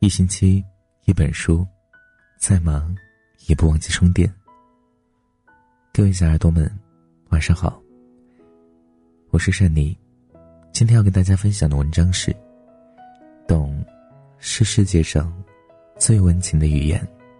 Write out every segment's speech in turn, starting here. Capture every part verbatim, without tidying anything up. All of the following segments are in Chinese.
一星期一本书，再忙也不忘记充电。各位小耳朵们，晚上好，我是善妮。今天要跟大家分享的文章是懂是世界上最温情的语言。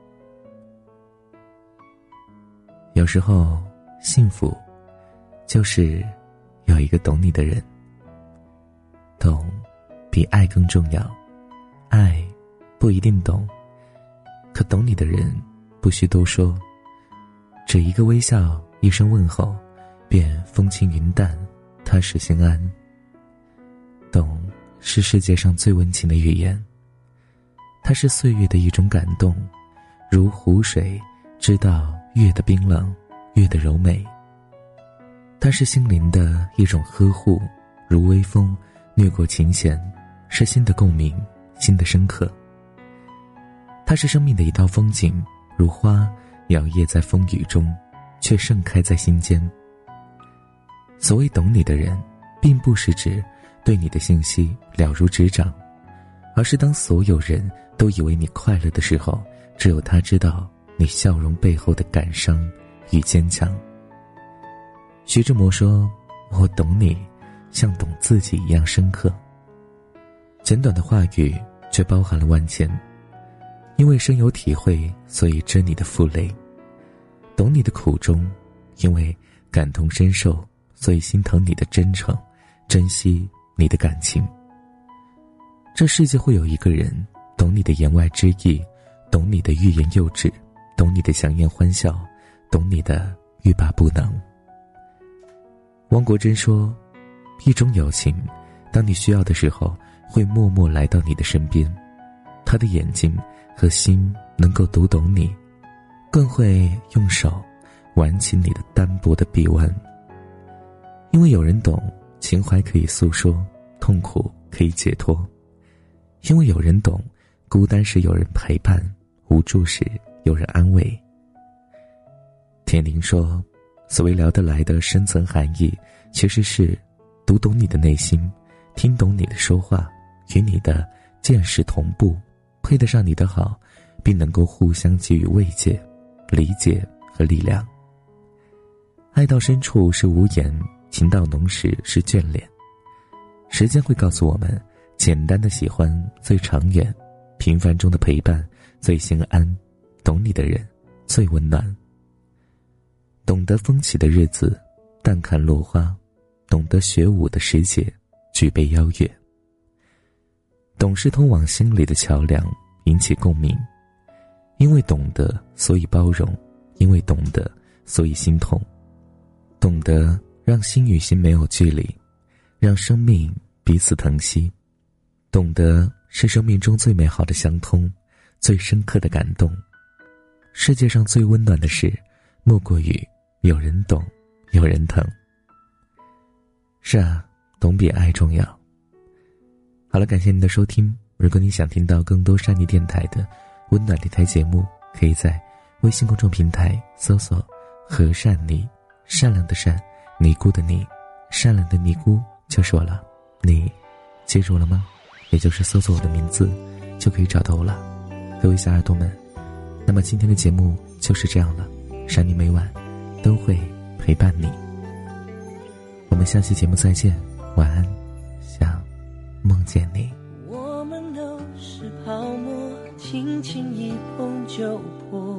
有时候幸福就是有一个懂你的人，懂比爱更重要。爱不一定懂，可懂你的人不需多说，只一个微笑，一声问候，便风轻云淡，踏实心安。懂是世界上最温情的语言，它是岁月的一种感动，如湖水知道月的冰冷，月的柔美。它是心灵的一种呵护，如微风掠过琴弦，是心的共鸣，心的深刻。它是生命的一道风景，如花摇曳在风雨中，却盛开在心间。所谓懂你的人，并不是指对你的信息了如指掌，而是当所有人都以为你快乐的时候，只有他知道你笑容背后的感伤与坚强。徐志摩说，我懂你，像懂自己一样深刻。简短的话语却包含了万千，因为深有体会，所以知你的负累；懂你的苦衷，因为感同身受，所以心疼你的真诚，珍惜你的感情。这世界会有一个人懂你的言外之意，懂你的欲言又止，懂你的强颜欢笑，懂你的欲罢不能。汪国真说，一种友情，当你需要的时候，会默默来到你的身边，他的眼睛和心能够读懂你，更会用手挽起你的单薄的臂弯。因为有人懂，情怀可以诉说，痛苦可以解脱。因为有人懂，孤单时有人陪伴，无助时有人安慰。铁林说，所谓聊得来的深层含义，其实是读懂你的内心，听懂你的说话，与你的见识同步，配得上你的好，并能够互相给予慰藉、理解和力量。爱到深处是无言，情到浓时是眷恋。时间会告诉我们，简单的喜欢最长远，平凡中的陪伴最心安，懂你的人最温暖。懂得风起的日子，淡看落花；懂得学舞的时节，举杯邀月。懂是通往心里的桥梁，引起共鸣。因为懂得，所以包容；因为懂得，所以心痛。懂得让心与心没有距离，让生命彼此疼惜。懂得是生命中最美好的相通，最深刻的感动。世界上最温暖的事，莫过于有人懂，有人疼。是啊，懂比爱重要。好了，感谢您的收听。如果你想听到更多善妮电台的温暖电台节目，可以在微信公众平台搜索和善妮，善良的善，尼姑的尼，善良的尼姑就是我了。你记住了吗？也就是搜索我的名字就可以找到我了。各位小耳朵们，那么今天的节目就是这样了。善妮每晚都会陪伴你，我们下期节目再见，晚安，想梦见你。 我们都是泡沫，轻轻一碰就破，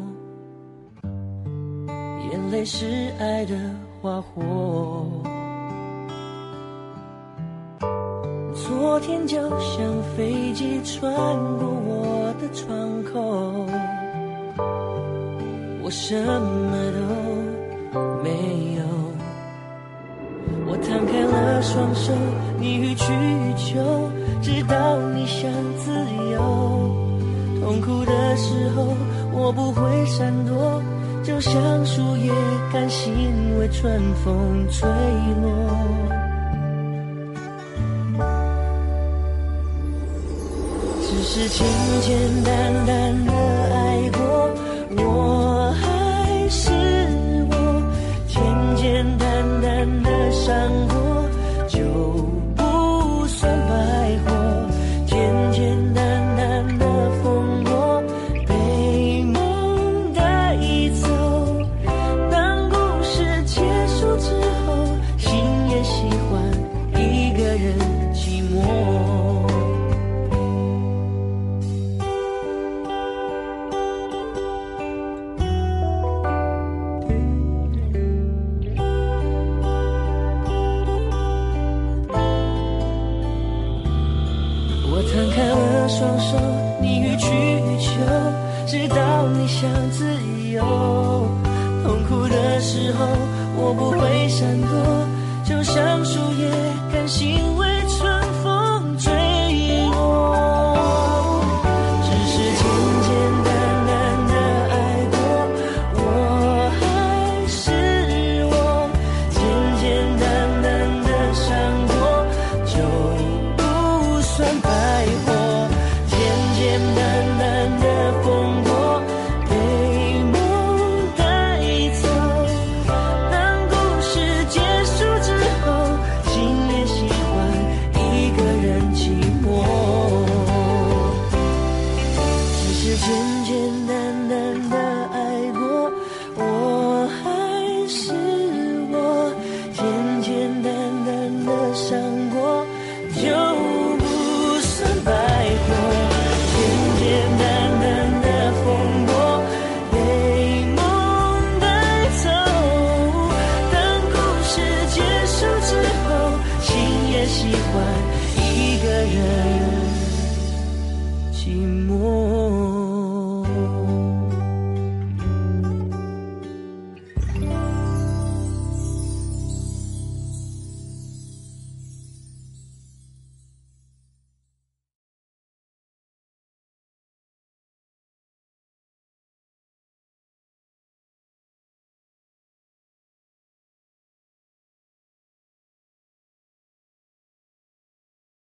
眼泪是爱的花火。昨天就像飞机穿过我的窗口，我什么都没有。我摊开了双手，你予取予求，直到你想自由。痛苦的时候，我不会闪躲，就像树叶甘心为春风吹落。只是简简单单的爱过，我还是我，简简单单的伤过就不算白活，简简单单的我不会闪躲，就像树叶甘心为春风坠落。只是简简单单的爱过，我还是我，简简单单的伤过就不算白活，简简单单的风波被梦带走。当故事结束之后，心也喜欢一个人寂寞。只是简简单单的爱过，我还是我，简简单单的伤过就不算白活，简简单单的风波被梦带走。当故事结束之后，心也喜欢一个人